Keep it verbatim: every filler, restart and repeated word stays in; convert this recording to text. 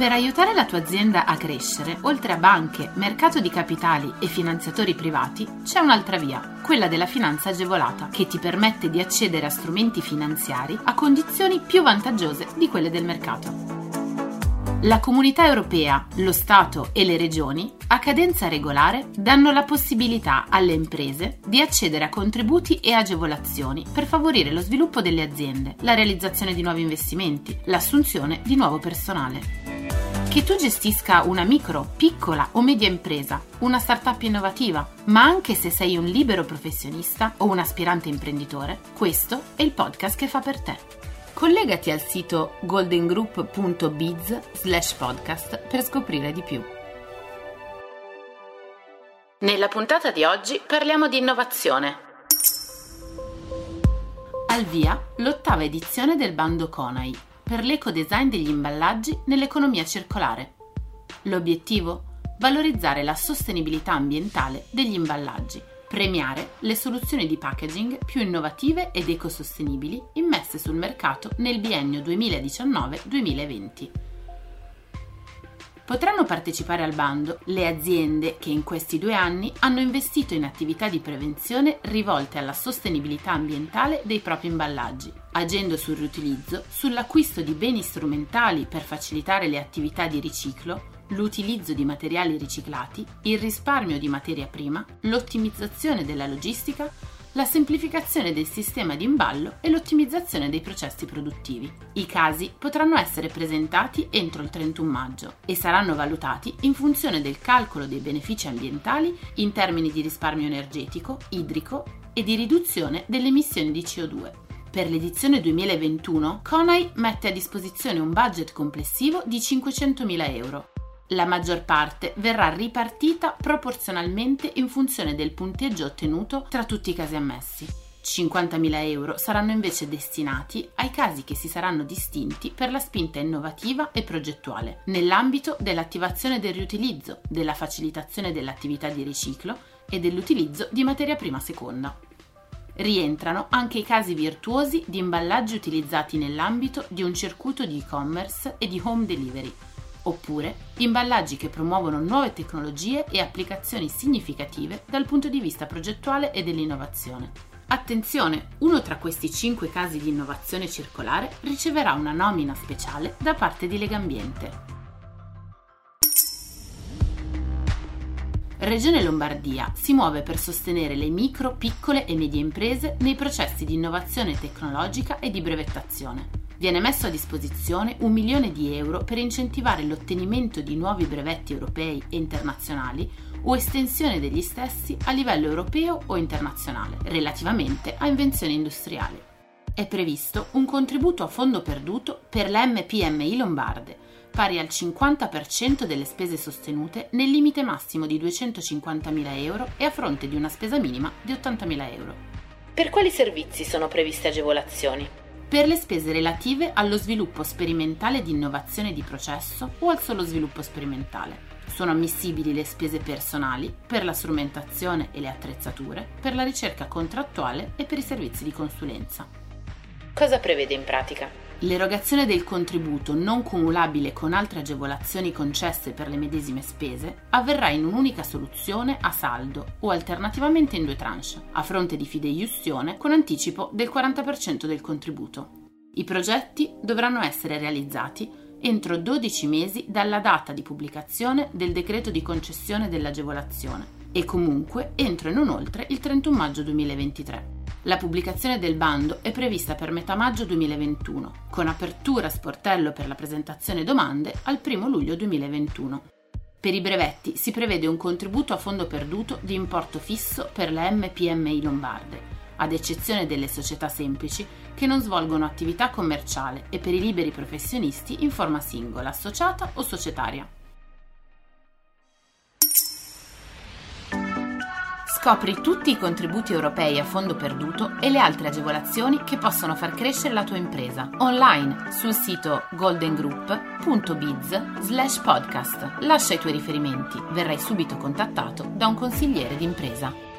Per aiutare la tua azienda a crescere, oltre a banche, mercato di capitali e finanziatori privati, c'è un'altra via, quella della finanza agevolata, che ti permette di accedere a strumenti finanziari a condizioni più vantaggiose di quelle del mercato. La Comunità Europea, lo Stato e le Regioni, a cadenza regolare, danno la possibilità alle imprese di accedere a contributi e agevolazioni per favorire lo sviluppo delle aziende, la realizzazione di nuovi investimenti, l'assunzione di nuovo personale. Che tu gestisca una micro, piccola o media impresa, una startup innovativa, ma anche se sei un libero professionista o un aspirante imprenditore, questo è il podcast che fa per te. Collegati al sito goldengroup punto biz slash podcast per scoprire di più. Nella puntata di oggi parliamo di innovazione. Al via l'ottava edizione del bando CONAI per l'ecodesign degli imballaggi nell'economia circolare. L'obiettivo? Valorizzare la sostenibilità ambientale degli imballaggi, premiare le soluzioni di packaging più innovative ed ecosostenibili immesse sul mercato nel biennio duemiladiciannove duemilaventi. Potranno partecipare al bando le aziende che in questi due anni hanno investito in attività di prevenzione rivolte alla sostenibilità ambientale dei propri imballaggi, agendo sul riutilizzo, sull'acquisto di beni strumentali per facilitare le attività di riciclo, l'utilizzo di materiali riciclati, il risparmio di materia prima, l'ottimizzazione della logistica, la semplificazione del sistema di imballo e l'ottimizzazione dei processi produttivi. I casi potranno essere presentati entro il trentuno maggio e saranno valutati in funzione del calcolo dei benefici ambientali in termini di risparmio energetico, idrico e di riduzione delle emissioni di C O due. Per l'edizione duemilaventuno, CONAI mette a disposizione un budget complessivo di cinquecentomila euro. La maggior parte verrà ripartita proporzionalmente in funzione del punteggio ottenuto tra tutti i casi ammessi. cinquantamila euro saranno invece destinati ai casi che si saranno distinti per la spinta innovativa e progettuale, nell'ambito dell'attivazione del riutilizzo, della facilitazione dell'attività di riciclo e dell'utilizzo di materia prima seconda. Rientrano anche i casi virtuosi di imballaggi utilizzati nell'ambito di un circuito di e-commerce e di home delivery, oppure imballaggi che promuovono nuove tecnologie e applicazioni significative dal punto di vista progettuale e dell'innovazione. Attenzione, uno tra questi cinque casi di innovazione circolare riceverà una nomina speciale da parte di Legambiente. Regione Lombardia si muove per sostenere le micro, piccole e medie imprese nei processi di innovazione tecnologica e di brevettazione. Viene messo a disposizione un milione di euro per incentivare l'ottenimento di nuovi brevetti europei e internazionali o estensione degli stessi a livello europeo o internazionale, relativamente a invenzioni industriali. È previsto un contributo a fondo perduto per le M P M I lombarde, pari al cinquanta per cento delle spese sostenute nel limite massimo di duecentocinquantamila euro e a fronte di una spesa minima di ottantamila euro. Per quali servizi sono previste agevolazioni? Per le spese relative allo sviluppo sperimentale di innovazione di processo o al solo sviluppo sperimentale. Sono ammissibili le spese personali per la strumentazione e le attrezzature, per la ricerca contrattuale e per i servizi di consulenza. Cosa prevede in pratica? L'erogazione del contributo non cumulabile con altre agevolazioni concesse per le medesime spese avverrà in un'unica soluzione a saldo o alternativamente in due tranche, a fronte di fideiussione con anticipo del quaranta per cento del contributo. I progetti dovranno essere realizzati entro dodici mesi dalla data di pubblicazione del decreto di concessione dell'agevolazione e comunque entro e non oltre il trentuno maggio duemilaventitré. La pubblicazione del bando è prevista per metà maggio duemilaventuno, con apertura sportello per la presentazione domande al primo luglio duemilaventuno. Per i brevetti si prevede un contributo a fondo perduto di importo fisso per le M P M I lombarde, ad eccezione delle società semplici che non svolgono attività commerciale e per i liberi professionisti in forma singola, associata o societaria. Scopri tutti i contributi europei a fondo perduto e le altre agevolazioni che possono far crescere la tua impresa online sul sito goldengroup punto biz slash podcast. Lascia i tuoi riferimenti, verrai subito contattato da un consigliere d'impresa.